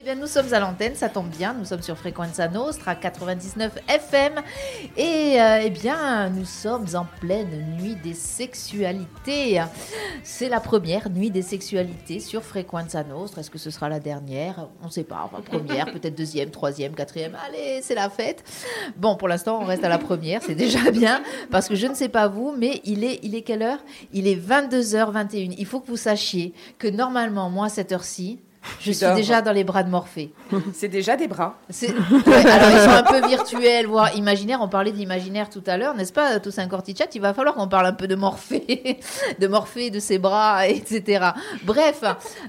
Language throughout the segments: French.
Eh bien, nous sommes à l'antenne, ça tombe bien, nous sommes sur Frequenza Nostra 99 FM et eh bien, nous sommes en pleine nuit des sexualités. C'est la première nuit des sexualités sur Frequenza Nostra. Est-ce que ce sera la dernière? On ne sait pas, enfin, première, peut-être deuxième, troisième, quatrième. Allez, c'est la fête. Bon, pour l'instant, on reste à la première, c'est déjà bien parce que je ne sais pas vous, mais il est quelle heure? Il est 22h21. Il faut que vous sachiez que normalement, moi, à cette heure-ci, je suis déjà dans les bras de Morphée. C'est déjà des bras. Ouais, alors, ils sont un peu virtuels, voire imaginaires. On parlait d'imaginaire tout à l'heure, n'est-ce pas, Toussaint Cortichat? Il va falloir qu'on parle un peu de Morphée, de ses bras, etc. Bref,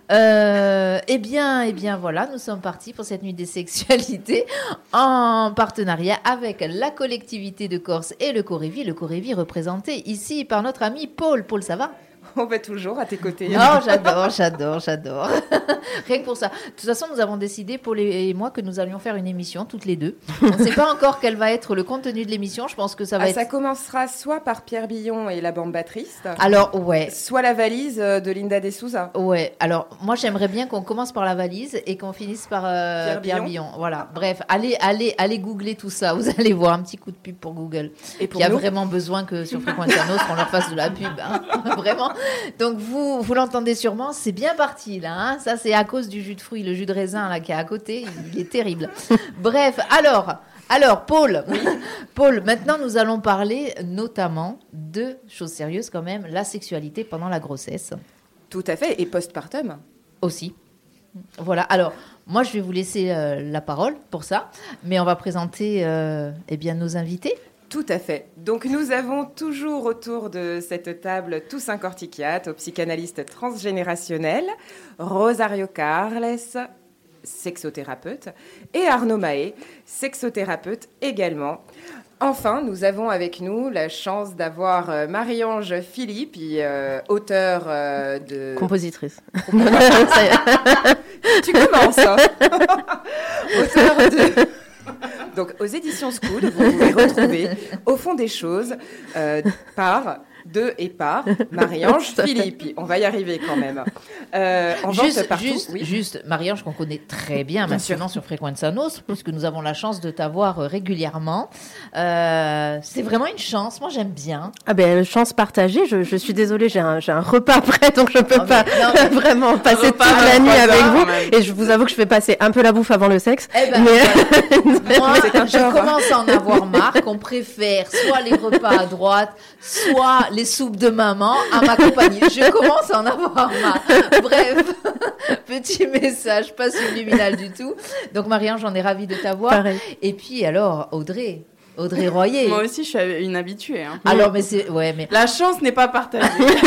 eh bien, voilà, nous sommes partis pour cette nuit des sexualités en partenariat avec la collectivité de Corse et le Corévi. Le Corévi représenté ici par notre ami Paul. Paul, ça va? On va toujours à tes côtés. Oh, j'adore. Rien que pour ça. De toute façon, nous avons décidé, Paul et moi, que nous allions faire une émission toutes les deux. On ne sait pas encore quel va être le contenu de l'émission. Je pense que ça va être... Ça commencera soit par Pierre Billon et la bande battriste. Alors, ouais. Soit la valise de Linda De Souza. Ouais. Alors, moi, j'aimerais bien qu'on commence par la valise et qu'on finisse par Pierre Billon. Voilà. Bref, allez googler tout ça. Vous allez voir un petit coup de pub pour Google. Et pour qui a vraiment besoin que sur Frequenza Nostra, on leur fasse de la pub. Hein. Vraiment. Donc vous l'entendez sûrement, c'est bien parti là. Hein, ça c'est à cause du jus de fruits, le jus de raisin là qui est à côté, il est terrible. Bref, alors Paul, oui. Paul, maintenant nous allons parler notamment de choses sérieuses quand même, la sexualité pendant la grossesse. Tout à fait, et postpartum aussi. Voilà. Alors moi je vais vous laisser la parole pour ça, mais on va présenter eh bien nos invités. Tout à fait. Donc, nous avons toujours autour de cette table Toussaint Cortichat, au psychanalyste transgénérationnel, Rosario Carles, sexothérapeute, et Arnaud Mahé, sexothérapeute également. Enfin, nous avons avec nous la chance d'avoir Marie-Ange Philippe, auteure de... Compositrice. Tu commences, hein. Auteure de... Donc, aux éditions Scoud, vous pouvez retrouver Au fond des choses par Marie-Ange Philippe. On va y arriver quand même. Juste, Marie-Ange, qu'on connaît très bien maintenant sur Frequenza Nostra, puisque nous avons la chance de t'avoir régulièrement. C'est vraiment une chance. Moi, j'aime bien. Ah ben, chance partagée. Je suis désolée, j'ai un repas prêt, donc je peux pas vraiment passer toute la nuit avec vous. Et je vous avoue que je fais passer un peu la bouffe avant le sexe. Moi, je commence à en avoir marre qu'on préfère soit les repas à droite, soit les soupes de maman à ma compagnie. Je commence à en avoir marre. Bref, petit message, pas subliminal du tout. Donc, Marie-Ange, j'en ai ravie de t'avoir. Pareil. Et puis, alors, Audrey Royer. Moi aussi, je suis une habituée. Hein. Alors, mais la chance n'est pas partagée.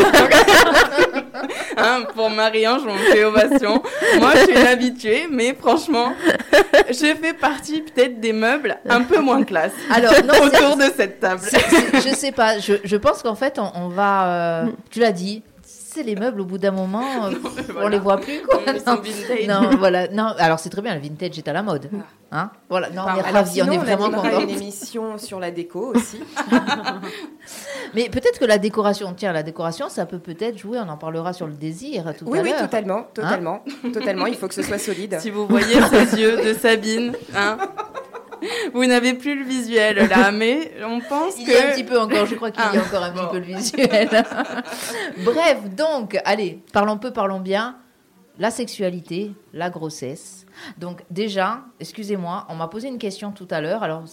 Pour Marie-Ange, on me fait ovation. Moi, je suis une habituée, mais franchement, je fais partie peut-être des meubles un peu moins classe. Alors, autour de cette table. Je sais pas. Je pense qu'en fait, on va. Tu l'as dit. C'est les meubles au bout d'un moment, on les voit plus quoi. Ils sont vintage. Non, voilà. Non, alors c'est très bien, le vintage est à la mode. Hein, voilà. Non, on est ravis, on est vraiment contents. Une émission sur la déco aussi. Mais peut-être que la décoration, ça peut peut-être jouer. On en parlera sur le désir tout à l'heure. Oui, totalement. Il faut que ce soit solide. Si vous voyez ces yeux de Sabine, hein. Vous n'avez plus le visuel là, mais on pense il y a un petit peu encore, je crois qu'il y a encore un petit peu le visuel. Bref, donc, allez, parlons bien. La sexualité, la grossesse. Donc déjà, excusez-moi, on m'a posé une question tout à l'heure. Alors,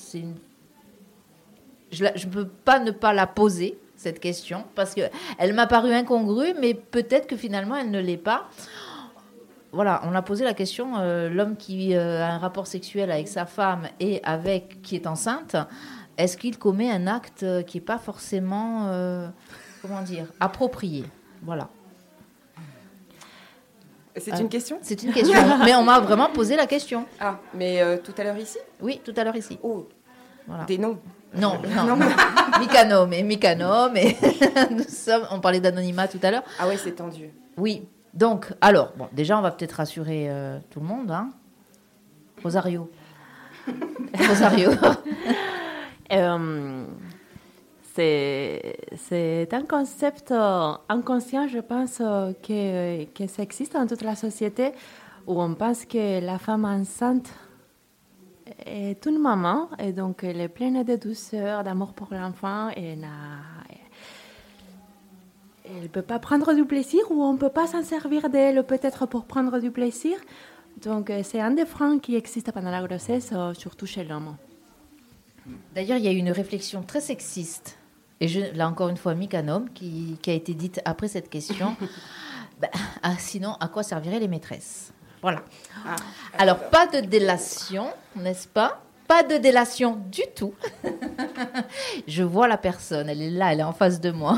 je ne peux pas ne pas la poser, cette question, parce qu'elle m'a paru incongrue, mais peut-être que finalement, elle ne l'est pas. Voilà, on a posé la question, l'homme qui a un rapport sexuel avec sa femme et qui est enceinte, est-ce qu'il commet un acte qui n'est pas forcément, approprié? Voilà. C'est une question? C'est une question, mais on m'a vraiment posé la question. Ah, mais tout à l'heure ici? Oui, tout à l'heure ici. Oh, voilà. Des noms? Non. Mikano, mais on parlait d'anonymat tout à l'heure. Ah ouais, c'est tendu. Oui. Donc, alors, déjà, on va peut-être rassurer tout le monde. Hein. Rosario. C'est un concept inconscient, je pense, que ça existe dans toute la société. où on pense que la femme enceinte est une maman et donc elle est pleine de douceur, d'amour pour l'enfant et elle ne peut pas prendre du plaisir ou on ne peut pas s'en servir d'elle peut-être pour prendre du plaisir. Donc c'est un des freins qui existe pendant la grossesse, surtout chez l'homme. D'ailleurs, il y a eu une réflexion très sexiste, et là encore une fois, Mykanome, qui a été dite après cette question. Sinon, à quoi serviraient les maîtresses ? Voilà. Alors, pas de délation, n'est-ce pas ? Pas de délation du tout. Je vois la personne, elle est là, elle est en face de moi.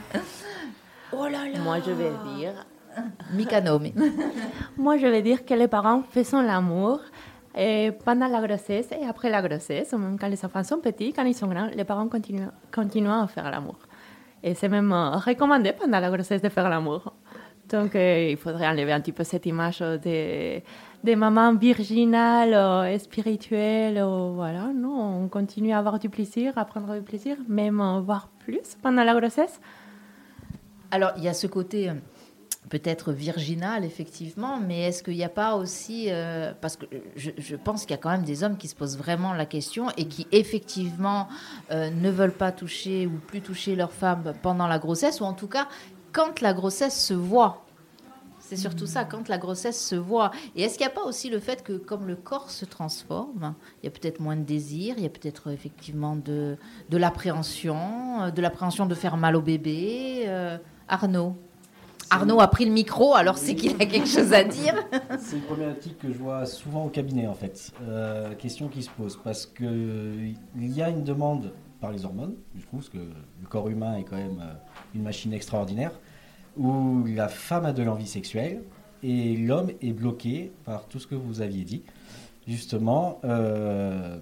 Oh là là. Moi, je vais dire... Mykanome. Moi, je vais dire que les parents faisons l'amour pendant la grossesse et après la grossesse, même quand les enfants sont petits, quand ils sont grands, les parents continuent à faire l'amour. Et c'est même recommandé pendant la grossesse de faire l'amour. Donc, il faudrait enlever un petit peu cette image des mamans virginales, spirituelles. Voilà, non, on continue à avoir du plaisir, à prendre du plaisir, même voire plus pendant la grossesse. Alors, il y a ce côté peut-être virginal, effectivement, mais est-ce qu'il n'y a pas aussi... parce que je pense qu'il y a quand même des hommes qui se posent vraiment la question et qui, effectivement, ne veulent pas toucher ou plus toucher leur femme pendant la grossesse, ou en tout cas, quand la grossesse se voit. C'est surtout ça, quand la grossesse se voit. Et est-ce qu'il n'y a pas aussi le fait que, comme le corps se transforme, il y a peut-être moins de désir, il y a peut-être effectivement de l'appréhension de faire mal au bébé. Arnaud a pris le micro, alors c'est qu'il a quelque chose à dire. C'est une problématique que je vois souvent au cabinet, en fait. Question qui se pose, parce qu'il y a une demande par les hormones, je trouve, parce que le corps humain est quand même une machine extraordinaire, où la femme a de l'envie sexuelle et l'homme est bloqué par tout ce que vous aviez dit. Justement, je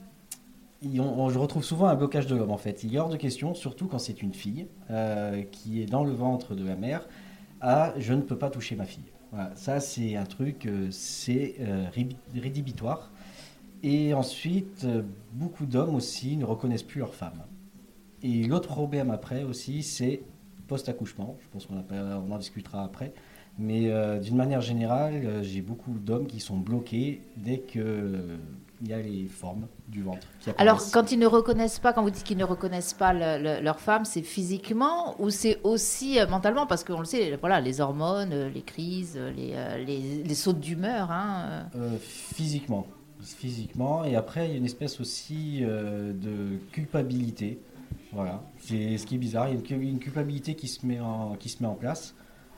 retrouve souvent un blocage de l'homme, en fait. Il est hors de question, surtout quand c'est une fille qui est dans le ventre de la mère, je ne peux pas toucher ma fille. Voilà, ça, c'est un truc, c'est rédhibitoire. Et ensuite, beaucoup d'hommes aussi ne reconnaissent plus leur femme. Et l'autre problème après aussi, c'est post-accouchement. Je pense qu'on en discutera après. Mais d'une manière générale, j'ai beaucoup d'hommes qui sont bloqués dès qu'il y a les formes du ventre qui apparaissent. Alors, quand ils ne reconnaissent pas, quand vous dites qu'ils ne reconnaissent pas leur femme, c'est physiquement ou c'est aussi mentalement? Parce qu'on le sait, voilà, les hormones, les crises, les sautes d'humeur. Physiquement. Et après, il y a une espèce aussi de culpabilité. Voilà, c'est ce qui est bizarre. Il y a une culpabilité qui se met en place.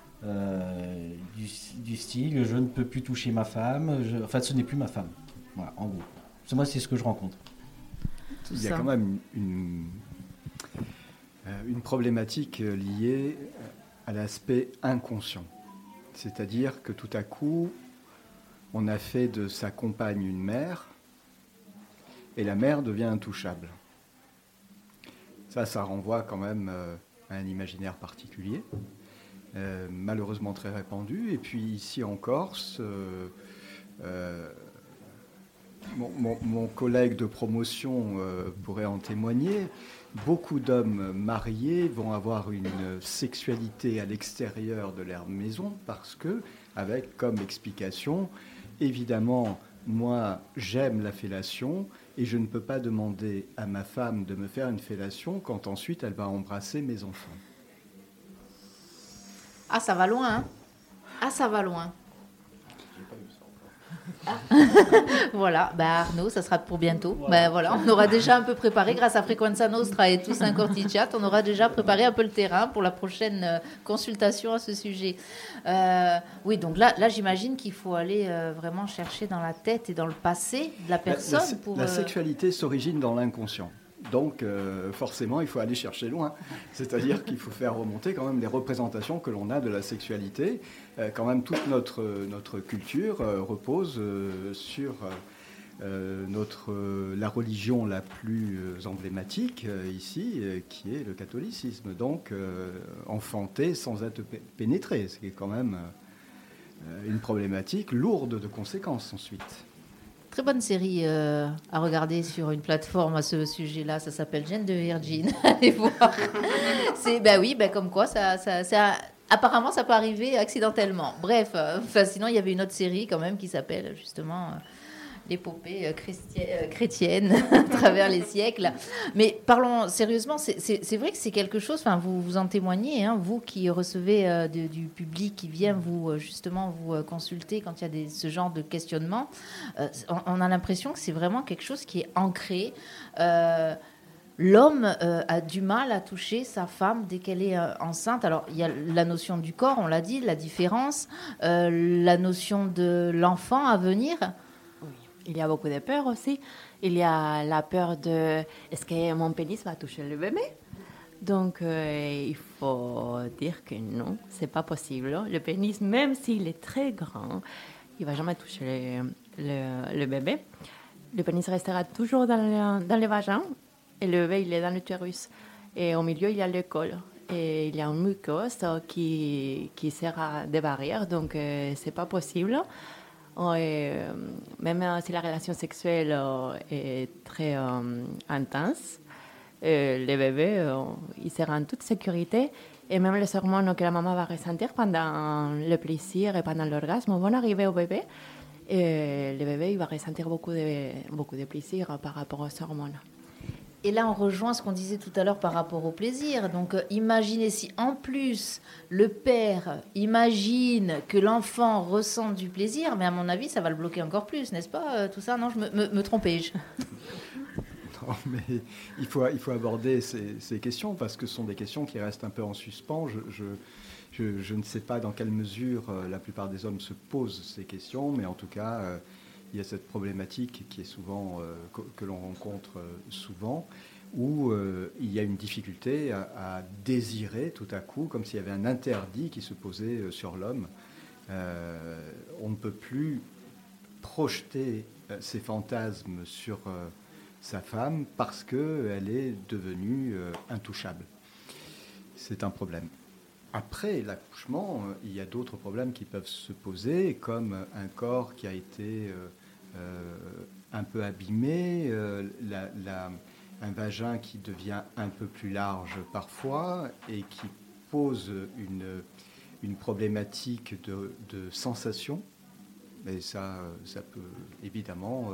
Du style, je ne peux plus toucher ma femme. Ce n'est plus ma femme. Voilà, en gros. Moi, c'est ce que je rencontre. Il y a quand même une problématique liée à l'aspect inconscient. C'est-à-dire que tout à coup, on a fait de sa compagne une mère, et la mère devient intouchable. Ça renvoie quand même à un imaginaire particulier, malheureusement très répandu. Et puis ici en Corse, mon collègue de promotion pourrait en témoigner, beaucoup d'hommes mariés vont avoir une sexualité à l'extérieur de leur maison parce que, avec comme explication, évidemment, moi j'aime la fellation et je ne peux pas demander à ma femme de me faire une fellation quand ensuite elle va embrasser mes enfants. Ah, ça va loin, hein? Ah, ça va loin. Voilà, Arnaud, ça sera pour bientôt. Voilà, on aura déjà un peu préparé, grâce à Frequenza Nostra et tous un Cortichat, on aura déjà préparé un peu le terrain pour la prochaine consultation à ce sujet. Oui, donc là j'imagine qu'il faut aller vraiment chercher dans la tête et dans le passé de la personne. La sexualité s'origine dans l'inconscient. Donc, forcément, il faut aller chercher loin. C'est-à-dire qu'il faut faire remonter quand même les représentations que l'on a de la sexualité. Quand même, toute notre culture repose sur la religion la plus emblématique ici, qui est le catholicisme. Donc, enfanter sans être pénétré, ce qui est quand même une problématique lourde de conséquences ensuite. Très bonne série à regarder sur une plateforme à ce sujet-là. Ça s'appelle Jane de Virgin. Allez voir. Comme quoi, Apparemment, ça peut arriver accidentellement. Bref, sinon, il y avait une autre série quand même qui s'appelle justement l'épopée chrétienne à travers les siècles. Mais parlons sérieusement, c'est vrai que c'est quelque chose, vous en témoignez, hein, vous qui recevez du public qui vient vous consulter quand il y a ce genre de questionnement. On a l'impression que c'est vraiment quelque chose qui est ancré. L'homme a du mal à toucher sa femme dès qu'elle est enceinte. Alors, il y a la notion du corps, on l'a dit, la différence, la notion de l'enfant à venir. Oui, il y a beaucoup de peurs aussi. Il y a la peur de est-ce que mon pénis va toucher le bébé? Donc, il faut dire que non, c'est pas possible. Le pénis, même s'il est très grand, il va jamais toucher le bébé. Le pénis restera toujours dans le vagin. Et le bébé, il est dans l'utérus. Et au milieu, il y a le col. Et il y a une muqueuse qui sert à des barrières. Donc, ce n'est pas possible. Même si la relation sexuelle est très intense, le bébé, il sera en toute sécurité. Et même les hormones que la maman va ressentir pendant le plaisir et pendant l'orgasme vont arriver au bébé. Et le bébé, il va ressentir beaucoup de plaisir par rapport aux hormones. Et là, on rejoint ce qu'on disait tout à l'heure par rapport au plaisir. Donc, imaginez si en plus le père imagine que l'enfant ressent du plaisir, mais à mon avis, ça va le bloquer encore plus, n'est-ce pas, tout ça? Non, je me trompais-je? Non, mais il faut aborder ces questions parce que ce sont des questions qui restent un peu en suspens. Je ne sais pas dans quelle mesure la plupart des hommes se posent ces questions, mais en tout cas... il y a cette problématique qui est souvent, que l'on rencontre souvent, où il y a une difficulté à désirer tout à coup, comme s'il y avait un interdit qui se posait sur l'homme. On ne peut plus projeter ses fantasmes sur sa femme parce qu'elle est devenue intouchable. C'est un problème. Après l'accouchement, il y a d'autres problèmes qui peuvent se poser, comme un corps qui a été un peu abîmé, un vagin qui devient un peu plus large parfois et qui pose une problématique de sensation. Et ça peut évidemment,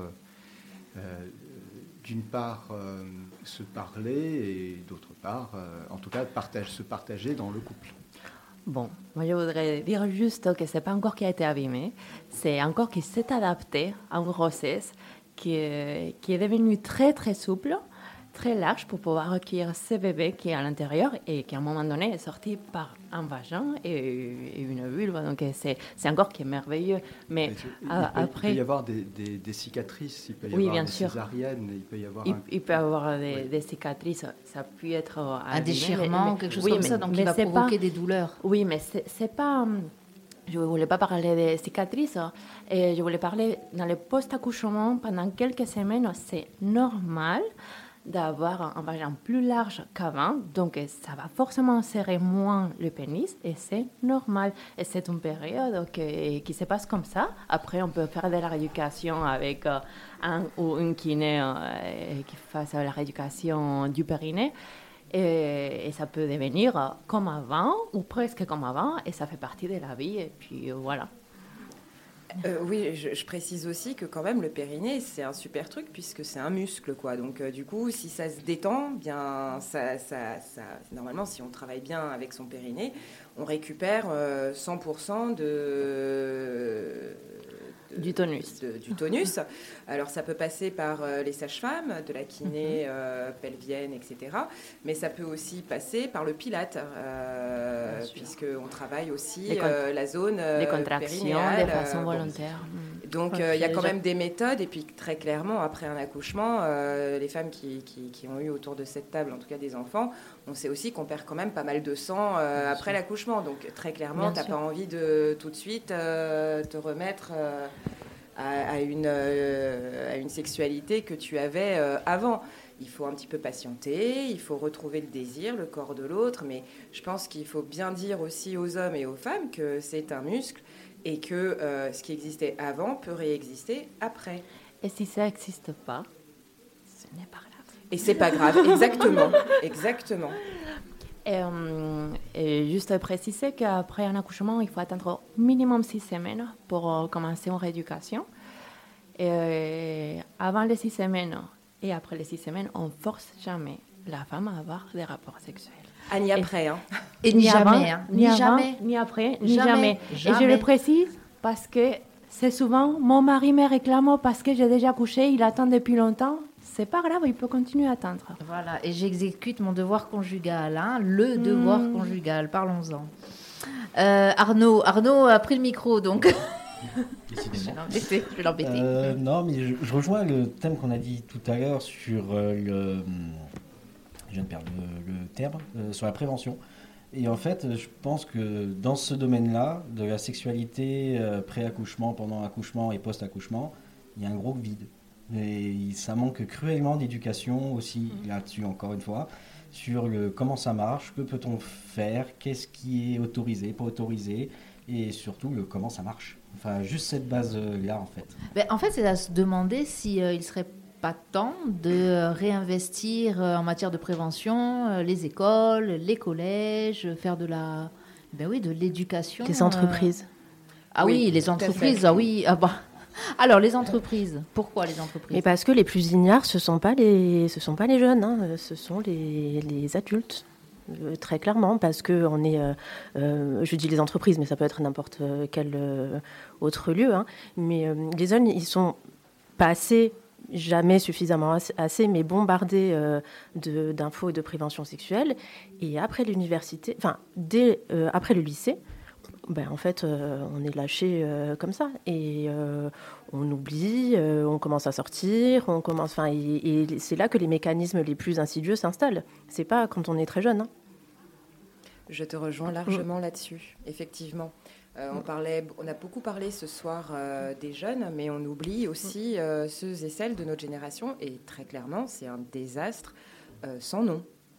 d'une part, se parler et d'autre part, en tout cas, se partager dans le couple. Bon, moi je voudrais dire juste que ce n'est pas un corps qui a été abîmé, c'est un corps qui s'est adapté à une grossesse qui est devenu très très souple, très large pour pouvoir accueillir ce bébé qui est à l'intérieur et qui à un moment donné est sorti par un vagin et une vulve. Donc c'est un corps qui est merveilleux. Mais après... Il peut y avoir des cicatrices, il peut y avoir des césariennes, il peut y avoir... Il peut y avoir des cicatrices, ça peut être... un déchirement, quelque chose comme ça, donc il va provoquer des douleurs. Oui, mais c'est pas... Je ne voulais pas parler des cicatrices, et je voulais parler dans le post-accouchement pendant quelques semaines. C'est normal d'avoir un vagin plus large qu'avant, donc ça va forcément serrer moins le pénis, et c'est normal. Et c'est une période qui se passe comme ça. Après, on peut faire de la rééducation avec un ou une kiné qui fasse la rééducation du périnée. Et ça peut devenir comme avant, ou presque comme avant, et ça fait partie de la vie, et puis voilà. Oui, je précise aussi que quand même le périnée, c'est un super truc puisque c'est un muscle, quoi. Donc du coup, si ça se détend, bien, normalement, si on travaille bien avec son périnée, on récupère 100% du tonus. Du tonus. Alors, ça peut passer par les sages-femmes, de la kiné pelvienne, etc. Mais ça peut aussi passer par le pilate, puisqu'on travaille aussi la zone les contractions de façon volontaire. Donc, il y a quand même des méthodes. Et puis, très clairement, après un accouchement, les femmes qui ont eu autour de cette table, en tout cas des enfants, on sait aussi qu'on perd quand même pas mal de sang après l'accouchement. Donc, très clairement, tu n'as pas envie de tout de suite te remettre... à une sexualité que tu avais avant. Il faut un petit peu patienter, il faut retrouver le désir, le corps de l'autre, mais je pense qu'il faut bien dire aussi aux hommes et aux femmes que c'est un muscle et que ce qui existait avant peut réexister après. Et si ça n'existe pas, ce n'est pas grave. Et c'est pas grave, exactement. Et juste préciser qu'après un accouchement, il faut attendre au minimum 6 semaines pour commencer une rééducation. Et avant les 6 semaines et après les 6 semaines, on ne force jamais la femme à avoir des rapports sexuels. Ah, ni après, hein. Et ni jamais, hein. Ni avant, jamais. ni après, ni Jamais. jamais. Et je le précise parce que c'est souvent mon mari me réclame parce que j'ai déjà accouché, il attend depuis longtemps. C'est pas grave, il peut continuer à attendre. Voilà, et j'exécute mon devoir conjugal, hein, le devoir conjugal, parlons-en. Arnaud a pris le micro, donc... Je vais l'embêter. Non, mais je rejoins le thème qu'on a dit tout à l'heure sur le... Je viens de perdre le terme, sur la prévention. Et en fait, je pense que dans ce domaine-là, de la sexualité pré-accouchement, pendant l'accouchement et post-accouchement, il y a un gros vide. Et ça manque cruellement d'éducation aussi là-dessus, encore une fois, sur comment ça marche, que peut-on faire, qu'est-ce qui est autorisé, pas autorisé, et surtout comment ça marche. Enfin, juste cette base-là, en fait. Ben, en fait, c'est à se demander si il serait pas temps de réinvestir en matière de prévention les écoles, les collèges, faire de l'éducation. Les entreprises. Ah oui, les entreprises, ah oui. Ah bah. Alors, les entreprises, pourquoi les entreprises ? Mais parce que les plus ignares, ce ne sont pas les jeunes, hein, ce sont les adultes. Très clairement, parce que on est, je dis les entreprises, mais ça peut être n'importe quel autre lieu, hein, mais les jeunes, ils sont pas jamais suffisamment assez, mais bombardés d'infos et de prévention sexuelle. Et après l'université, après le lycée, en fait, on est lâché comme ça. Et on oublie, on commence à sortir, et c'est là que les mécanismes les plus insidieux s'installent. C'est pas quand on est très jeune. Hein. Je te rejoins largement là-dessus, effectivement. On a beaucoup parlé ce soir des jeunes, mais on oublie aussi ceux et celles de notre génération. Et très clairement, c'est un désastre sans nom.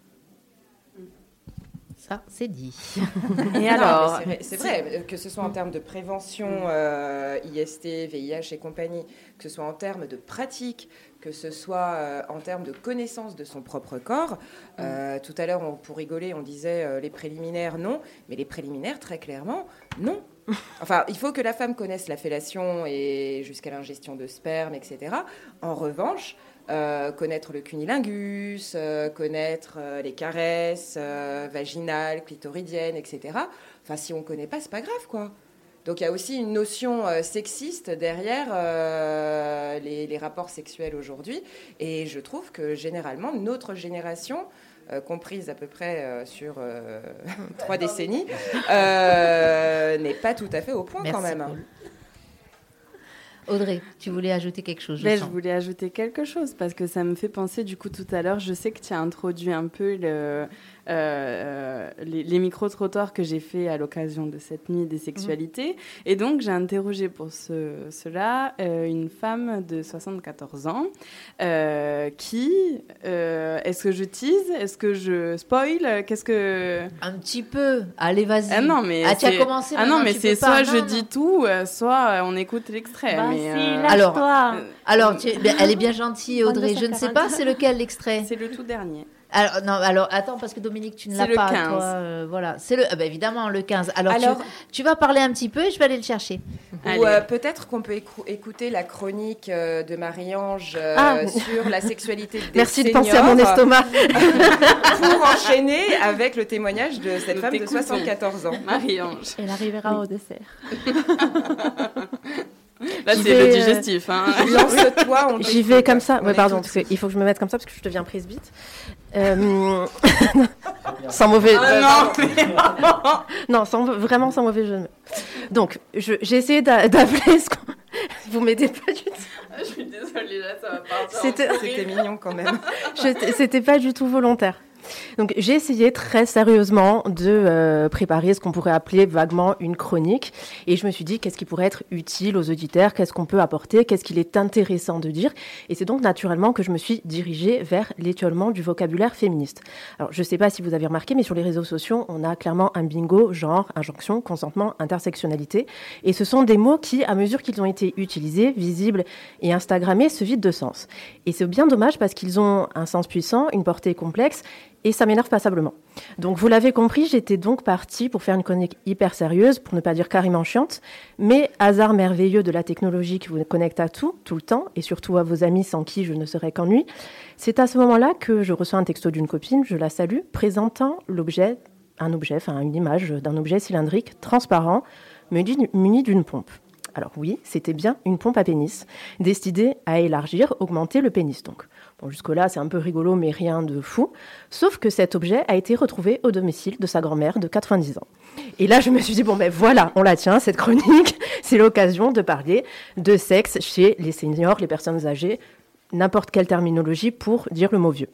Ça, c'est dit. Et alors, c'est vrai, que ce soit en termes de prévention, IST, VIH et compagnie, que ce soit en termes de pratique, que ce soit en termes de connaissance de son propre corps. Tout à l'heure, pour rigoler, on disait les préliminaires, non. Mais les préliminaires, très clairement, non. Enfin, il faut que la femme connaisse la fellation et jusqu'à l'ingestion de sperme, etc. En revanche, connaître le cunnilingus, connaître les caresses vaginales, clitoridiennes, etc. Enfin, si on ne connaît pas, c'est pas grave, quoi. Donc, il y a aussi une notion sexiste derrière les rapports sexuels aujourd'hui. Et je trouve que, généralement, notre génération, comprise à peu près sur 3 décennies, n'est pas tout à fait au point. Merci, quand même. Paul. Audrey, tu voulais ajouter quelque chose, je voulais ajouter quelque chose parce que ça me fait penser, du coup, tout à l'heure, je sais que tu as introduit un peu les micro-trottoirs que j'ai fait à l'occasion de cette nuit des sexualités. Et donc, j'ai interrogé pour cela une femme de 74 ans qui... est-ce que je tease ? Est-ce que je spoil ? Qu'est-ce que... Un petit peu. Allez, vas-y. Ah non, mais tu as commencé. Ah non, mais c'est soit je dis tout, soit on écoute l'extrait. Alors, elle est bien gentille, Audrey. Je ne sais pas, c'est lequel l'extrait ? C'est le tout dernier. Alors, attends, parce que Dominique, tu ne l'as pas. C'est le 15. Toi, voilà, c'est évidemment le 15. Alors tu vas parler un petit peu et je vais aller le chercher. Ou peut-être qu'on peut écouter la chronique de Marie-Ange sur la sexualité des Merci seniors. Merci de penser à mon estomac. Pour enchaîner avec le témoignage de cette femme de 74 ans. Marie-Ange. Elle arrivera au dessert. Là, c'est le digestif. Hein. Lance-toi, on J'y vais comme ça. Pardon, parce qu'il faut que je me mette comme ça parce que je deviens prise vite. Sans mauvais... non, vraiment sans mauvais jeu. Donc, j'ai essayé d'appeler ce qu'on... Vous m'aidez pas du tout. Je suis désolée, là, ça va partir. C'était mignon quand même. C'était pas du tout volontaire. Donc, j'ai essayé très sérieusement de préparer ce qu'on pourrait appeler vaguement une chronique. Et je me suis dit, qu'est-ce qui pourrait être utile aux auditeurs ? Qu'est-ce qu'on peut apporter ? Qu'est-ce qu'il est intéressant de dire ? Et c'est donc naturellement que je me suis dirigée vers l'étiolement du vocabulaire féministe. Alors, je ne sais pas si vous avez remarqué, mais sur les réseaux sociaux, on a clairement un bingo, genre, injonction, consentement, intersectionnalité. Et ce sont des mots qui, à mesure qu'ils ont été utilisés, visibles et instagrammés, se vident de sens. Et c'est bien dommage parce qu'ils ont un sens puissant, une portée complexe, Et ça m'énerve passablement. Donc, vous l'avez compris, j'étais donc partie pour faire une chronique hyper sérieuse, pour ne pas dire carrément chiante, mais hasard merveilleux de la technologie qui vous connecte à tout le temps, et surtout à vos amis sans qui je ne serais qu'ennui. C'est à ce moment-là que je reçois un texto d'une copine, je la salue, présentant une image d'un objet cylindrique, transparent, muni d'une pompe. Alors oui, c'était bien une pompe à pénis, destinée à élargir, augmenter le pénis donc. Bon, jusque-là, c'est un peu rigolo, mais rien de fou. Sauf que cet objet a été retrouvé au domicile de sa grand-mère de 90 ans. Et là, je me suis dit, voilà, on la tient, cette chronique. C'est l'occasion de parler de sexe chez les seniors, les personnes âgées, n'importe quelle terminologie pour dire le mot vieux.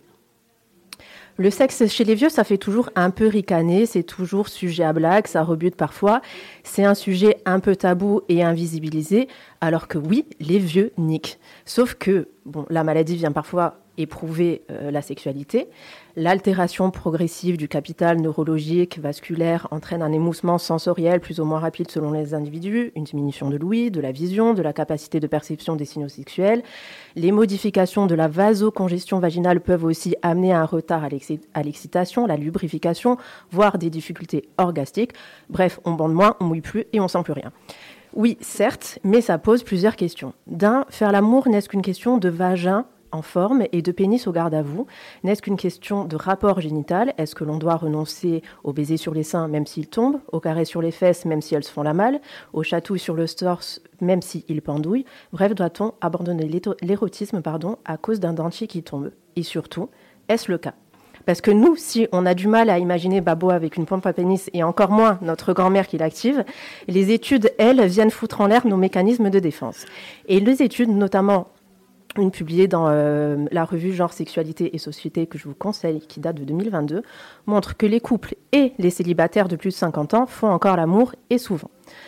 Le sexe chez les vieux, ça fait toujours un peu ricaner, c'est toujours sujet à blague, ça rebute parfois. C'est un sujet un peu tabou et invisibilisé, alors que oui, les vieux niquent. Sauf que la maladie vient parfois éprouver la sexualité. L'altération progressive du capital neurologique, vasculaire, entraîne un émoussement sensoriel plus ou moins rapide selon les individus, une diminution de l'ouïe, de la vision, de la capacité de perception des signaux sexuels. Les modifications de la vasocongestion vaginale peuvent aussi amener à un retard à l'excitation, la lubrification, voire des difficultés orgastiques. Bref, on bande moins, on mouille plus et on sent plus rien. Oui, certes, mais ça pose plusieurs questions. Faire l'amour n'est-ce qu'une question de vagin en forme et de pénis au garde à vous? N'est-ce qu'une question de rapport génital? Est-ce que l'on doit renoncer au baiser sur les seins même s'ils tombent, au carré sur les fesses même si elles se font la malle, au chatouille sur le torse même s'ils pendouillent? Bref, doit-on abandonner l'érotisme à cause d'un dentier qui tombe? Et surtout, est-ce le cas? Parce que nous, si on a du mal à imaginer Babo avec une pompe à pénis et encore moins notre grand-mère qui l'active, les études, elles, viennent foutre en l'air nos mécanismes de défense. Et les études, notamment une publiée dans la revue Genre, Sexualité et Société que je vous conseille, qui date de 2022, montre que les couples et les célibataires de plus de 50 ans font encore l'amour et souvent.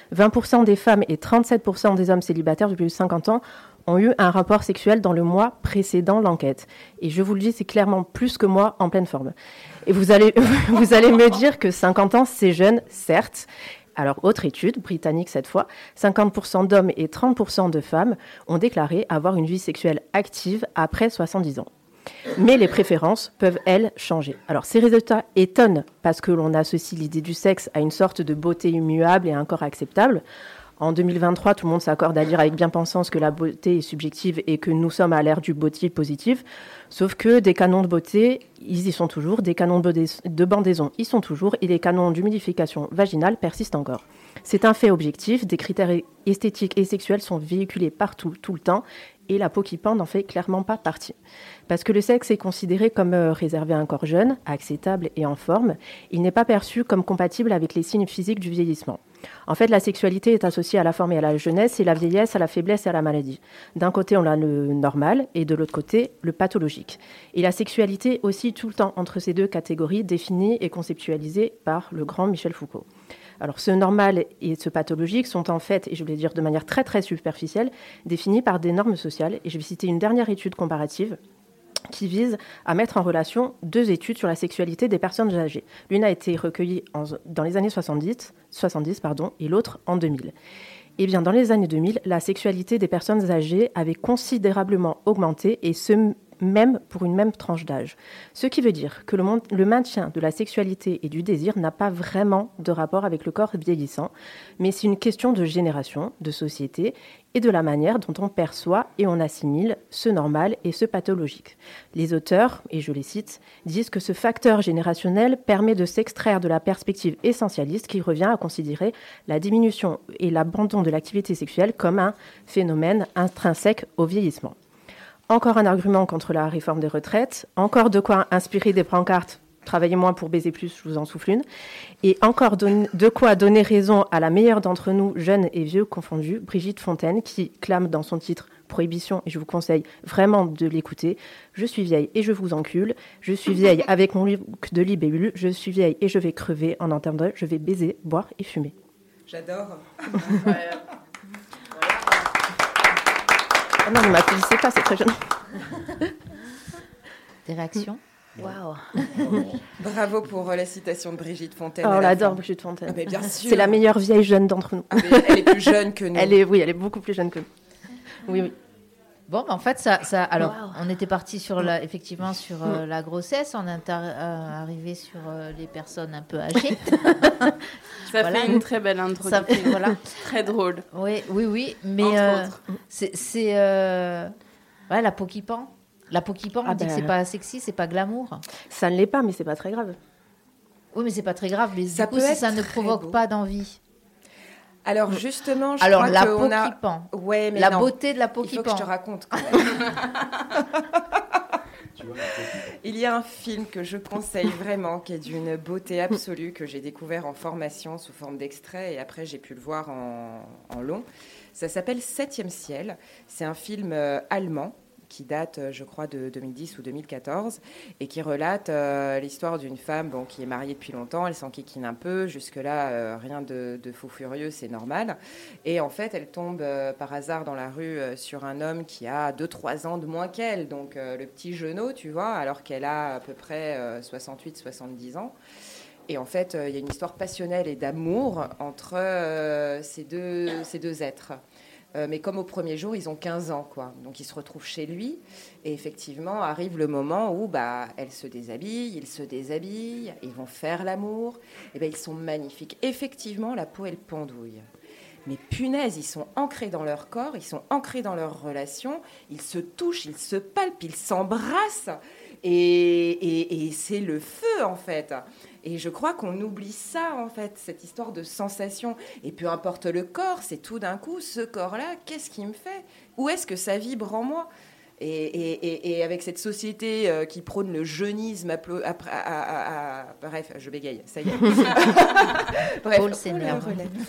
20% des femmes et 37% des hommes célibataires de plus de 50 ans ont eu un rapport sexuel dans le mois précédant l'enquête. Et je vous le dis, c'est clairement plus que moi en pleine forme. Et vous allez me dire que 50 ans, c'est jeune, certes. Alors, autre étude, britannique cette fois, 50% d'hommes et 30% de femmes ont déclaré avoir une vie sexuelle active après 70 ans. Mais les préférences peuvent, elles, changer. Alors, ces résultats étonnent parce que l'on associe l'idée du sexe à une sorte de beauté immuable et à un corps acceptable. En 2023, tout le monde s'accorde à dire avec bien-pensance que la beauté est subjective et que nous sommes à l'ère du body positif. Sauf que des canons de beauté, ils y sont toujours. Des canons de bandaison, ils sont toujours. Et les canons d'humidification vaginale persistent encore. C'est un fait objectif. Des critères esthétiques et sexuels sont véhiculés partout, tout le temps. Et la peau qui pend n'en fait clairement pas partie. Parce que le sexe est considéré comme réservé à un corps jeune, acceptable et en forme. Il n'est pas perçu comme compatible avec les signes physiques du vieillissement. En fait, la sexualité est associée à la forme et à la jeunesse, et la vieillesse à la faiblesse et à la maladie. D'un côté, on a le normal, et de l'autre côté, le pathologique. Et la sexualité aussi tout le temps entre ces deux catégories, définies et conceptualisées par le grand Michel Foucault. Alors, ce normal et ce pathologique sont en fait, et je vais le dire de manière très très superficielle, définis par des normes sociales. Et je vais citer une dernière étude comparative qui vise à mettre en relation deux études sur la sexualité des personnes âgées. L'une a été recueillie dans les années 70 et l'autre en 2000. Eh bien, dans les années 2000, la sexualité des personnes âgées avait considérablement augmenté, et ce même pour une même tranche d'âge. Ce qui veut dire que le maintien de la sexualité et du désir n'a pas vraiment de rapport avec le corps vieillissant, mais c'est une question de génération, de société et de la manière dont on perçoit et on assimile ce normal et ce pathologique. Les auteurs, et je les cite, disent que ce facteur générationnel permet de s'extraire de la perspective essentialiste qui revient à considérer la diminution et l'abandon de l'activité sexuelle comme un phénomène intrinsèque au vieillissement. Encore un argument contre la réforme des retraites, encore de quoi inspirer des pancartes « Travaillez moins pour baiser plus, je vous en souffle une », et encore de quoi donner raison à la meilleure d'entre nous, jeunes et vieux confondus, Brigitte Fontaine, qui clame dans son titre « Prohibition », et je vous conseille vraiment de l'écouter, « Je suis vieille et je vous encule, je suis vieille avec mon look de libellule, je suis vieille et je vais crever, en entendant je vais baiser, boire et fumer ». J'adore. Ah non, ne m'applaudissez pas, c'est très jeune. Des réactions? Waouh. Bravo pour la citation de Brigitte Fontaine. Oh, on l'adore, Brigitte Fontaine. Ah, mais bien sûr. C'est la meilleure vieille jeune d'entre nous. Ah, elle est plus jeune que nous. Elle est beaucoup plus jeune que nous. Oui. Bon, en fait, alors, on était parti effectivement sur la grossesse, on est arrivé sur les personnes un peu âgées. Ça fait une très belle introduction. Voilà. Très drôle. Oui, mais c'est la peau qui pend. La peau qui pend, on dit que c'est pas sexy, c'est pas glamour. Ça ne l'est pas, mais c'est pas très grave. Oui, mais c'est pas très grave. Mais ça du coup, si ça ne provoque pas d'envie. Alors justement, crois la peau qui pend. Ouais, mais la beauté de la peau qui pend. Il faut que je te raconte quand même. Il y a un film que je conseille vraiment, qui est d'une beauté absolue, que j'ai découvert en formation sous forme d'extrait, et après j'ai pu le voir en long. Ça s'appelle 7e ciel. C'est un film allemand qui date, je crois, de 2010 ou 2014, et qui relate l'histoire d'une femme qui est mariée depuis longtemps, elle s'enquiquine un peu, jusque-là, rien de fou furieux, c'est normal. Et en fait, elle tombe par hasard dans la rue sur un homme qui a 2-3 ans de moins qu'elle, donc le petit genou, tu vois, alors qu'elle a à peu près 68-70 ans. Et en fait, il y a une histoire passionnelle et d'amour entre ces deux êtres. Mais comme au premier jour, ils ont 15 ans, quoi. Donc, ils se retrouvent chez lui. Et effectivement, arrive le moment où elle se déshabille, il se déshabille, ils vont faire l'amour. Et ils sont magnifiques. Effectivement, la peau, elle pendouille. Mais punaise, ils sont ancrés dans leur corps, ils sont ancrés dans leur relation. Ils se touchent, ils se palpent, ils s'embrassent. Et c'est le feu, en fait. Et je crois qu'on oublie ça, en fait, cette histoire de sensation. Et peu importe le corps, c'est tout d'un coup, ce corps-là, qu'est-ce qu'il me fait ? Où est-ce que ça vibre en moi ? Et avec cette société qui prône le jeunisme, bref, je bégaye, ça y est. Bref, Paul s'énerve.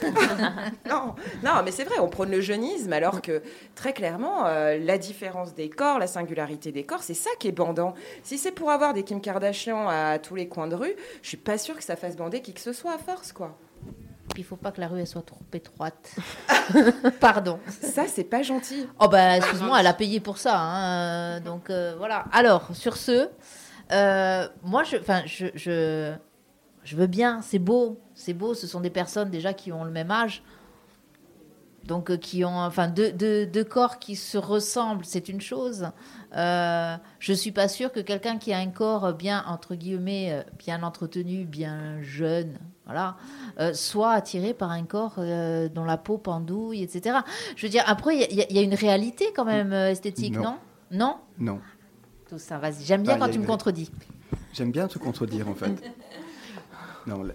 Non, mais c'est vrai, on prône le jeunisme, alors que très clairement, la différence des corps, la singularité des corps, c'est ça qui est bandant. Si c'est pour avoir des Kim Kardashian à tous les coins de rue, je suis pas sûre que ça fasse bander qui que ce soit à force, quoi. Il ne faut pas que la rue elle soit trop étroite. Pardon. Ça, c'est pas gentil. Oh excuse-moi, elle a payé pour ça. Hein. Donc voilà. Alors, sur ce, moi, je veux bien. C'est beau. Ce sont des personnes déjà qui ont le même âge. Donc, qui ont deux corps qui se ressemblent, c'est une chose. Je ne suis pas sûre que quelqu'un qui a un corps bien, entre guillemets, bien entretenu, bien jeune, voilà, soit attiré par un corps dont la peau pendouille, etc. Je veux dire, après, il y a une réalité quand même esthétique, non? Non. Tout ça, vas-y. J'aime bien quand tu me contredis. J'aime bien te contredire, en fait. Non,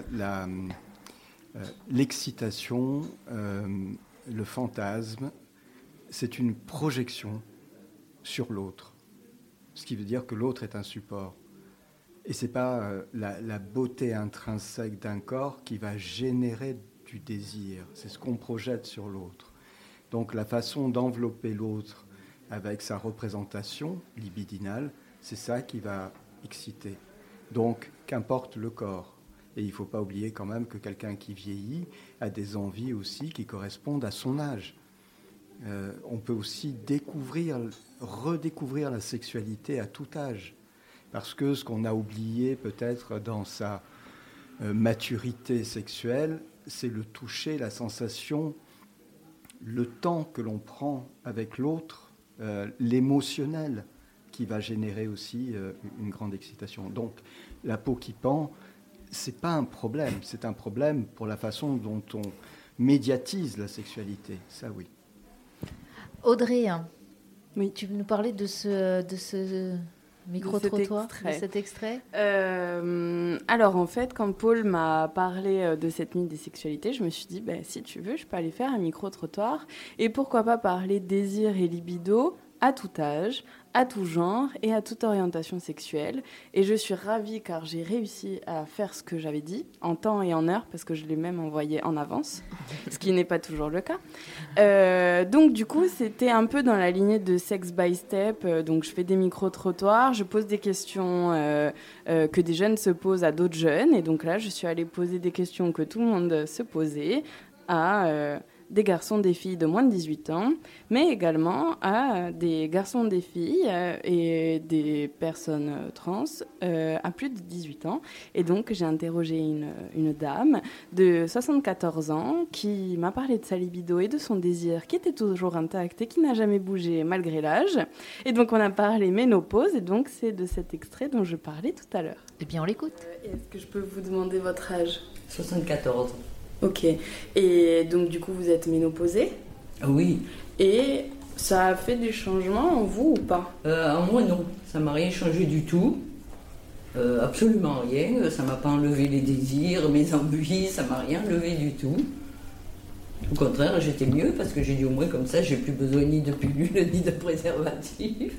l'excitation, le fantasme, c'est une projection sur l'autre. Ce qui veut dire que l'autre est un support. Et ce n'est pas la beauté intrinsèque d'un corps qui va générer du désir. C'est ce qu'on projette sur l'autre. Donc la façon d'envelopper l'autre avec sa représentation libidinale, c'est ça qui va exciter. Donc qu'importe le corps. Et il ne faut pas oublier quand même que quelqu'un qui vieillit a des envies aussi qui correspondent à son âge. On peut aussi redécouvrir la sexualité à tout âge. Parce que ce qu'on a oublié peut-être dans sa maturité sexuelle, c'est le toucher, la sensation, le temps que l'on prend avec l'autre, l'émotionnel qui va générer aussi une grande excitation. Donc la peau qui pend, c'est pas un problème, c'est un problème pour la façon dont on médiatise la sexualité, ça oui. Audrey, oui. Tu veux nous parler de ce micro-trottoir, de cet extrait Alors en fait, quand Paul m'a parlé de cette nuit des sexualités, je me suis dit, si tu veux, je peux aller faire un micro-trottoir et pourquoi pas parler désir et libido à tout âge, à tout genre et à toute orientation sexuelle. Et je suis ravie car j'ai réussi à faire ce que j'avais dit en temps et en heure parce que je l'ai même envoyé en avance, ce qui n'est pas toujours le cas. Donc du coup, c'était un peu dans la lignée de Sex by Step. Donc je fais des micro-trottoirs, je pose des questions que des jeunes se posent à d'autres jeunes. Et donc là, je suis allée poser des questions que tout le monde se posait à des garçons, des filles de moins de 18 ans, mais également à des garçons, des filles et des personnes trans à plus de 18 ans. Et donc, j'ai interrogé une dame de 74 ans qui m'a parlé de sa libido et de son désir qui était toujours intact et qui n'a jamais bougé malgré l'âge. Et donc, on a parlé ménopause et donc, c'est de cet extrait dont je parlais tout à l'heure. Eh bien, on l'écoute. Est-ce que je peux vous demander votre âge ? 74. Ok. Et donc, du coup, vous êtes ménopausée ? Oui. Et ça a fait des changements en vous ou pas ? En moi, non. Ça m'a rien changé du tout. Absolument rien. Ça m'a pas enlevé les désirs, mes envies, ça m'a rien enlevé du tout. Au contraire, j'étais mieux parce que j'ai dit au moins comme ça, j'ai plus besoin ni de pilule ni de préservatif.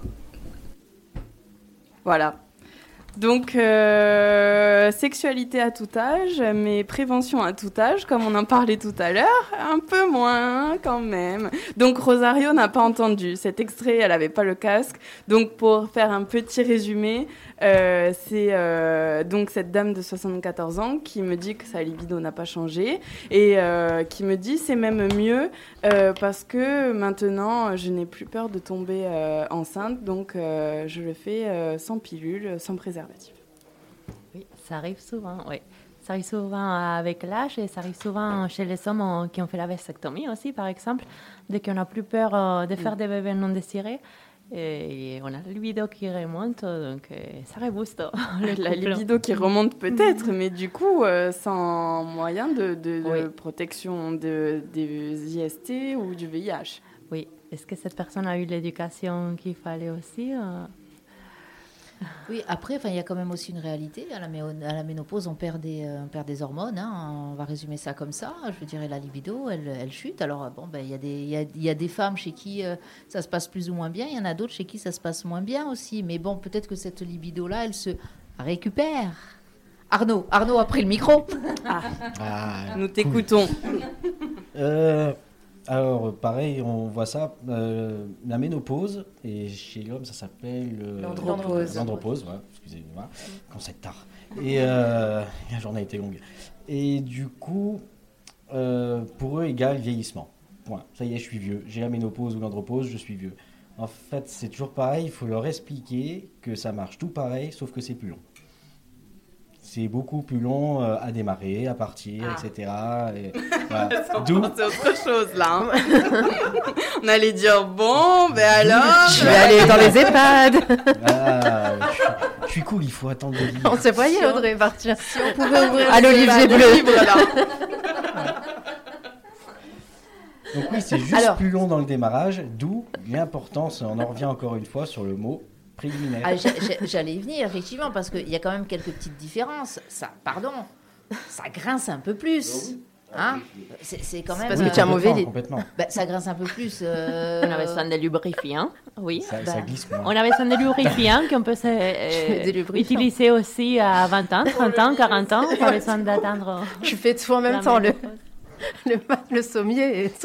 Voilà. Donc, sexualité à tout âge, mais prévention à tout âge, comme on en parlait tout à l'heure, un peu moins quand même. Donc, Rosario n'a pas entendu cet extrait, elle n'avait pas le casque. Donc, pour faire un petit résumé, c'est donc cette dame de 74 ans qui me dit que sa libido n'a pas changé et qui me dit c'est même mieux parce que maintenant, je n'ai plus peur de tomber enceinte, donc je le fais sans pilule, sans préservatif. Oui, ça arrive souvent, oui. Ça arrive souvent avec l'âge et ça arrive souvent chez les hommes qui ont fait la vasectomie aussi, par exemple, dès qu'on n'a plus peur de faire des bébés non désirés. Et on a la libido qui remonte, donc ça rebooste. La libido qui remonte peut-être, mais du coup, sans moyen de protection des IST ou du VIH. Oui. Est-ce que cette personne a eu l'éducation qu'il fallait aussi Oui, après, il y a quand même aussi une réalité. À la ménopause, on perd des hormones. Hein, on va résumer ça comme ça. Je veux dire, la libido, elle chute. Alors, bon, il y a des femmes chez qui ça se passe plus ou moins bien. Il y en a d'autres chez qui ça se passe moins bien aussi. Mais bon, peut-être que cette libido-là, elle se récupère. Arnaud a pris le micro. Nous t'écoutons. Alors, pareil, on voit ça, la ménopause, et chez l'homme, ça s'appelle... L'andropause, voilà, excusez-moi, quand c'est tard. Et la journée a été longue. Et du coup, pour eux, égale vieillissement. Point. Ça y est, je suis vieux. J'ai la ménopause ou l'andropause, je suis vieux. En fait, c'est toujours pareil, il faut leur expliquer que ça marche tout pareil, sauf que c'est plus long. C'est beaucoup plus long à démarrer, à partir, etc. Et, voilà. C'est autre chose, là. Hein. On allait dire, bon, ben alors... Je vais aller dans les EHPAD. Je suis cool, il faut attendre le livre. On se voyait, Audrey, partir. Si on pouvait ouvrir à l'Olivier Bleu. Donc oui, c'est juste plus long dans le démarrage, d'où l'importance, on en revient encore une fois sur le mot préliminaire. J'allais y venir, effectivement, parce qu'il y a quand même quelques petites différences. Ça grince un peu plus. Hein, c'est quand même... Parce que tu as mauvais lit. Complètement. Ça grince un peu plus. On avait besoin de lubrifiant, oui. Ça glisse moins. On avait besoin de lubrifiant qu'on peut utiliser aussi à 20 ans, 30 ans, 40 ans. On avait besoin d'attendre... Tu fais tout en même temps, le sommier et...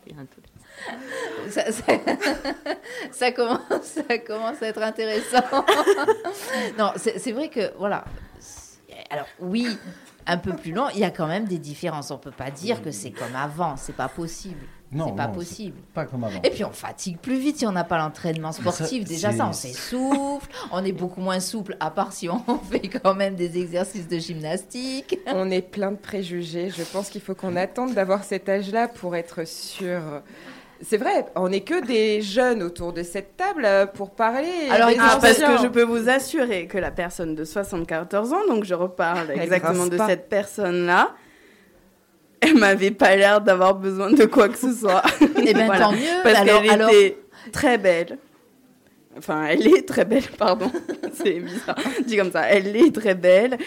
Ça commence à être intéressant. Non, c'est vrai que, voilà. Alors, oui, un peu plus long, il y a quand même des différences. On ne peut pas dire que c'est comme avant. C'est pas possible. Non, c'est pas possible. C'est pas comme avant. Et puis, on fatigue plus vite si on n'a pas l'entraînement sportif. Déjà, on s'essouffle. On est beaucoup moins souple, à part si on fait quand même des exercices de gymnastique. On est plein de préjugés. Je pense qu'il faut qu'on attende d'avoir cet âge-là pour être sûr. C'est vrai, on n'est que des jeunes autour de cette table pour parler. Alors, parce que je peux vous assurer que la personne de 74 ans, donc je reparle exactement de cette personne-là, elle m'avait pas l'air d'avoir besoin de quoi que ce soit. Eh bien, tant mieux. Parce qu'elle était très belle. Enfin, elle est très belle, pardon. C'est bizarre. Dit comme ça. Elle est très belle.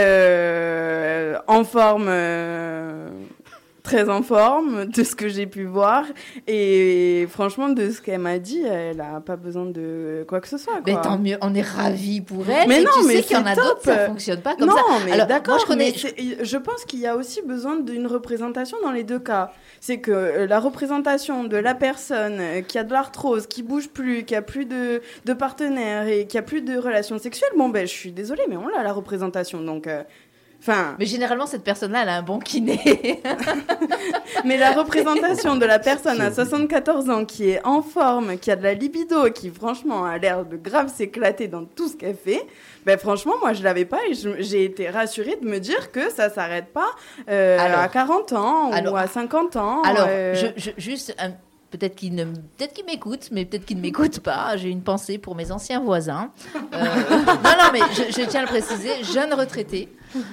En forme... très en forme de ce que j'ai pu voir et franchement de ce qu'elle m'a dit, elle a pas besoin de quoi que ce soit. Mais tant mieux, on est ravis pour elle. Mais et non, tu mais sais qu'il y en a d'autres, ça fonctionne pas comme ça. Non, mais alors, d'accord. moi, je pense qu'il y a aussi besoin d'une représentation dans les deux cas. C'est que la représentation de la personne qui a de l'arthrose, qui bouge plus, qui a plus de partenaire et qui a plus de relations sexuelles. Bon ben, je suis désolée, mais on l'a la représentation, donc. Enfin, Mais généralement, cette personne-là, elle a un bon kiné. mais la représentation de la personne à 74 ans qui est en forme, qui a de la libido, qui franchement a l'air de grave s'éclater dans tout ce qu'elle fait, ben franchement, moi je l'avais pas et j'ai été rassurée de me dire que ça s'arrête pas à 40 ans ou à 50 ans. Alors, juste... Peut-être qu'il m'écoute, mais peut-être qu'il ne m'écoute pas. J'ai une pensée pour mes anciens voisins. Non, mais je tiens à le préciser. Jeune retraité,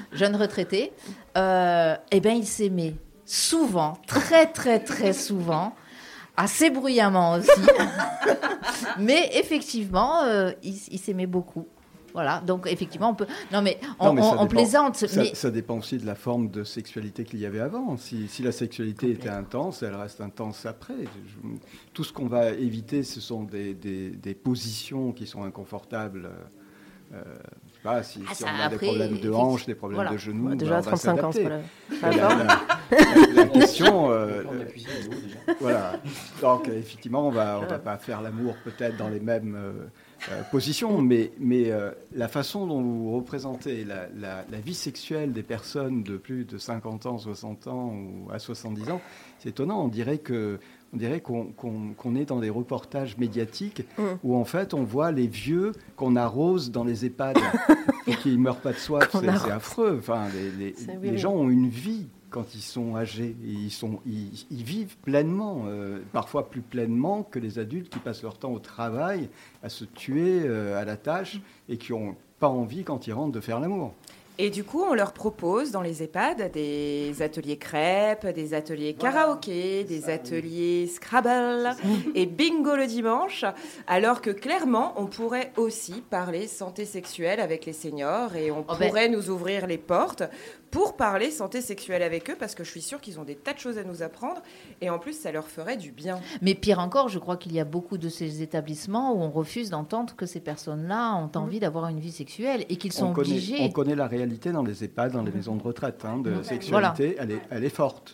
il s'aimait souvent, très, très, très souvent, assez bruyamment aussi. Mais effectivement, il s'aimait beaucoup. Voilà, donc effectivement, on peut... Non, mais on plaisante. Ça dépend aussi de la forme de sexualité qu'il y avait avant. Si la sexualité était intense, elle reste intense après. Tout ce qu'on va éviter, ce sont des positions qui sont inconfortables. Si on a des problèmes de hanches, des problèmes de genoux, déjà à 35 ans, c'est pas la question... voilà. Donc, effectivement, on va pas faire l'amour peut-être dans les mêmes... position, mais la façon dont vous représentez la vie sexuelle des personnes de plus de 50 ans, 60 ans ou à 70 ans, c'est étonnant. On dirait qu'on est dans des reportages médiatiques où en fait on voit les vieux qu'on arrose dans les EHPAD pour qu'ils ne meurent pas de soif. C'est affreux. Enfin, les gens ont une vie quand ils sont âgés. Ils vivent pleinement, parfois plus pleinement que les adultes qui passent leur temps au travail à se tuer à la tâche et qui n'ont pas envie, quand ils rentrent, de faire l'amour. Et du coup, on leur propose dans les EHPAD des ateliers crêpes, des ateliers karaoké, des ateliers Scrabble et bingo le dimanche, alors que clairement, on pourrait aussi parler santé sexuelle avec les seniors et on pourrait nous ouvrir les portes pour parler santé sexuelle avec eux, parce que je suis sûre qu'ils ont des tas de choses à nous apprendre et en plus, ça leur ferait du bien. Mais pire encore, je crois qu'il y a beaucoup de ces établissements où on refuse d'entendre que ces personnes-là ont envie d'avoir une vie sexuelle et qu'ils sont obligés... On connaît la réalité dans les EHPAD, dans les maisons de retraite, de sexualité, elle est forte.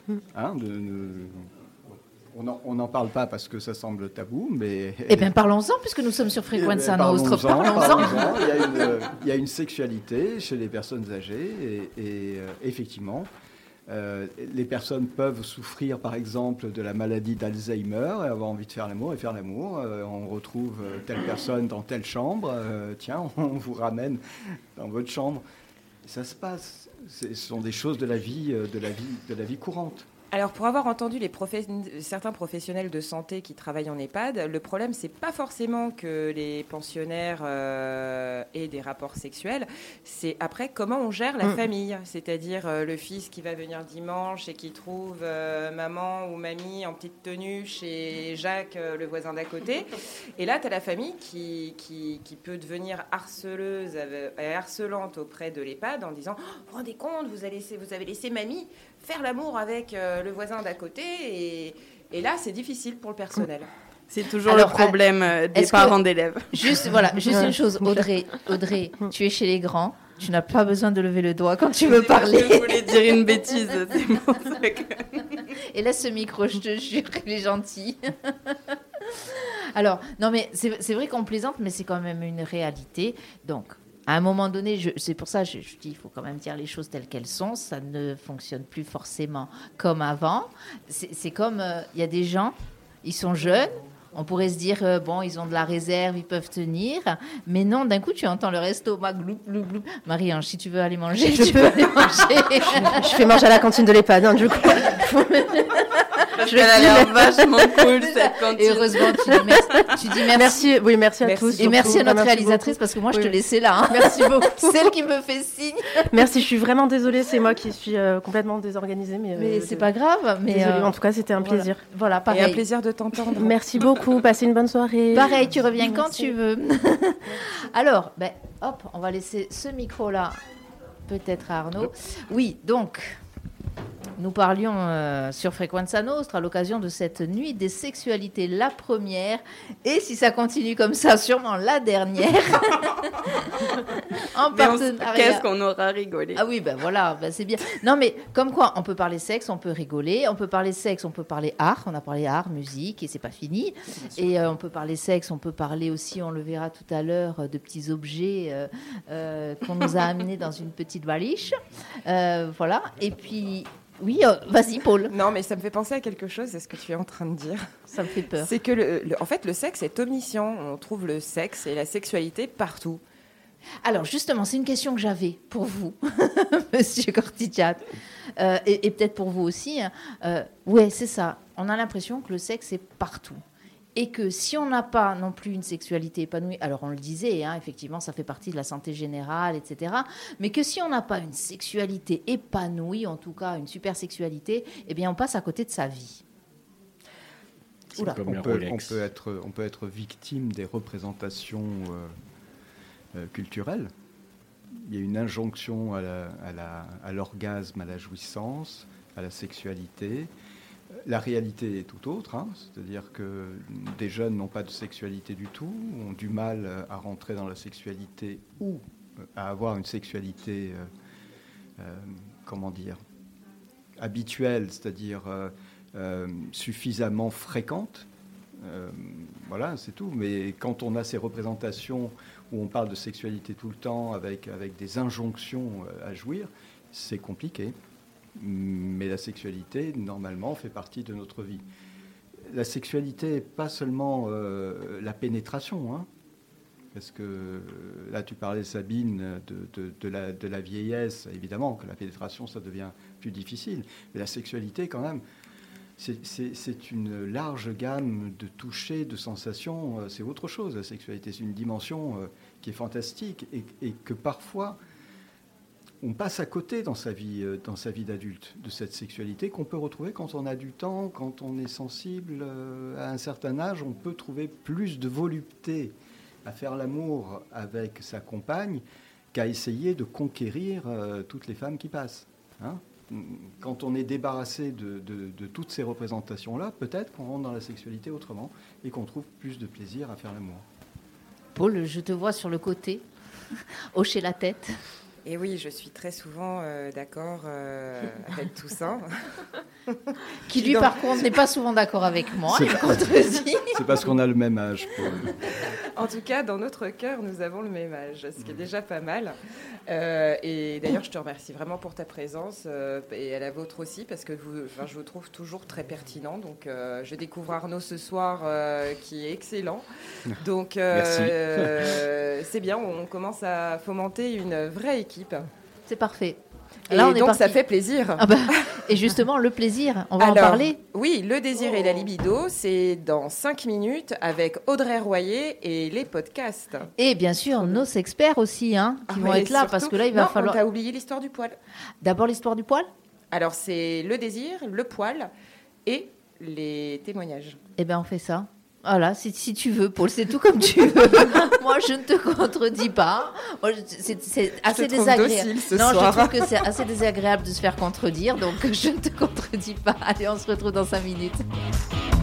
On n'en parle pas parce que ça semble tabou, mais... Eh bien, parlons-en, puisque nous sommes sur Frequenza Nostra. Parlons-en. Il y a une sexualité chez les personnes âgées et effectivement, les personnes peuvent souffrir, par exemple, de la maladie d'Alzheimer et avoir envie de faire l'amour et faire l'amour. On retrouve telle personne dans telle chambre. Tiens, on vous ramène dans votre chambre. Ça se passe. Ce sont des choses de la vie courante. Alors, pour avoir entendu certains professionnels de santé qui travaillent en EHPAD, le problème, c'est pas forcément que les pensionnaires aient des rapports sexuels, c'est après comment on gère la famille. C'est-à-dire le fils qui va venir dimanche et qui trouve maman ou mamie en petite tenue chez Jacques, le voisin d'à côté. Et là, tu as la famille qui peut devenir harceleuse et harcelante auprès de l'EHPAD en disant « Vous vous rendez compte, vous avez laissé mamie faire l'amour avec le voisin d'à côté et là c'est difficile pour le personnel. C'est toujours le problème des parents d'élèves. Juste une chose, Audrey, tu es chez les grands, tu n'as pas besoin de lever le doigt quand tu veux parler. Je voulais dire une bêtise, c'est pour ça que... Et laisse ce micro, je te jure, il est gentil. Alors, non mais c'est vrai qu'on plaisante, mais c'est quand même une réalité, donc... À un moment donné, c'est pour ça que je dis qu'il faut quand même dire les choses telles qu'elles sont. Ça ne fonctionne plus forcément comme avant. C'est comme, il y a des gens, ils sont jeunes. On pourrait se dire, ils ont de la réserve, ils peuvent tenir. Mais non, d'un coup, tu entends leur estomac gloup, gloup, gloup. Marie-Ange, si tu veux aller manger, tu peux aller manger. Je fais manger à la cantine de l'EHPAD, du coup. Parce qu'elle a l'air vachement cool, cette cantine. Et heureusement, tu dis merci. Oui, merci à tous. Et merci à notre réalisatrice, parce que moi, je te laissais là. Hein. Merci beaucoup. Celle qui me fait signe. Merci, je suis vraiment désolée. C'est moi qui suis complètement désorganisée. Mais c'est pas grave. Mais désolée, en tout cas, c'était un plaisir. Voilà, pareil. Et un plaisir de t'entendre. Merci beaucoup. Passez une bonne soirée. Pareil, tu reviens quand tu veux. Alors, on va laisser ce micro-là peut-être à Arnaud. Oui, donc... nous parlions sur Frequenza Nostra à l'occasion de cette nuit des sexualités, la première, et si ça continue comme ça, sûrement la dernière. En partenariat. Qu'est-ce qu'on aura rigolé. Ah oui, ben voilà, ben c'est bien. Non, mais comme quoi, on peut parler sexe, on peut rigoler, on peut parler sexe, on peut parler art, on a parlé art, musique, et c'est pas fini. Et on peut parler sexe, on peut parler aussi, on le verra tout à l'heure, de petits objets qu'on nous a amenés dans une petite valise. Voilà, et puis... Oui, vas-y, Paul. Non, mais ça me fait penser à quelque chose, c'est ce que tu es en train de dire. Ça me fait peur. C'est que, en fait, le sexe est omniscient. On trouve le sexe et la sexualité partout. Alors, justement, c'est une question que j'avais pour vous, Monsieur Corticiat, et peut-être pour vous aussi. Ouais, c'est ça. On a l'impression que le sexe est partout. Et que si on n'a pas non plus une sexualité épanouie, alors on le disait, effectivement, ça fait partie de la santé générale, etc. Mais que si on n'a pas une sexualité épanouie, en tout cas une super sexualité, eh bien on passe à côté de sa vie. Oula. On peut être victime des représentations culturelles. Il y a une injonction à l'orgasme, à la jouissance, à la sexualité. La réalité est tout autre, c'est-à-dire que des jeunes n'ont pas de sexualité du tout, ont du mal à rentrer dans la sexualité ou à avoir une sexualité, habituelle, c'est-à-dire suffisamment fréquente. Voilà, c'est tout. Mais quand on a ces représentations où on parle de sexualité tout le temps avec des injonctions à jouir, c'est compliqué. Mais la sexualité, normalement, fait partie de notre vie. La sexualité n'est pas seulement la pénétration, parce que là, tu parlais, Sabine, de la vieillesse. Évidemment que la pénétration, ça devient plus difficile. Mais la sexualité, quand même, c'est une large gamme de touchés, de sensations. C'est autre chose, la sexualité. C'est une dimension qui est fantastique et que parfois... on passe à côté dans sa vie d'adulte de cette sexualité qu'on peut retrouver quand on a du temps, quand on est sensible à un certain âge. On peut trouver plus de volupté à faire l'amour avec sa compagne qu'à essayer de conquérir toutes les femmes qui passent. Quand on est débarrassé de toutes ces représentations-là, peut-être qu'on rentre dans la sexualité autrement et qu'on trouve plus de plaisir à faire l'amour. Paul, je te vois sur le côté, hocher la tête. Et oui, je suis très souvent d'accord avec Toussaint. Qui lui, par contre, n'est pas souvent d'accord avec moi. Il me contredit. C'est parce qu'on a le même âge. En tout cas, dans notre cœur, nous avons le même âge, ce qui est déjà pas mal. Et d'ailleurs, je te remercie vraiment pour ta présence et à la vôtre aussi, parce que je vous trouve toujours très pertinent. Donc, je découvre Arnaud ce soir, qui est excellent. Donc, c'est bien, on commence à fomenter une vraie équipe. C'est parfait. Là, donc, ça fait plaisir. Et justement, le plaisir, on va en parler. Oui, le désir et la libido, c'est dans 5 minutes avec Audrey Royer et les podcasts. Et bien sûr, nos experts aussi, qui vont être là, surtout, parce que là, il va falloir... on t'a oublié l'histoire du poil. D'abord, l'histoire du poil ? Alors, c'est le désir, le poil et les témoignages. Eh bien, on fait ça. Voilà, si tu veux, Paul, c'est tout comme tu veux. Moi, je ne te contredis pas. Moi, c'est assez désagréable. Non, je trouve que c'est assez désagréable de se faire contredire, donc je ne te contredis pas. Allez, on se retrouve dans 5 minutes.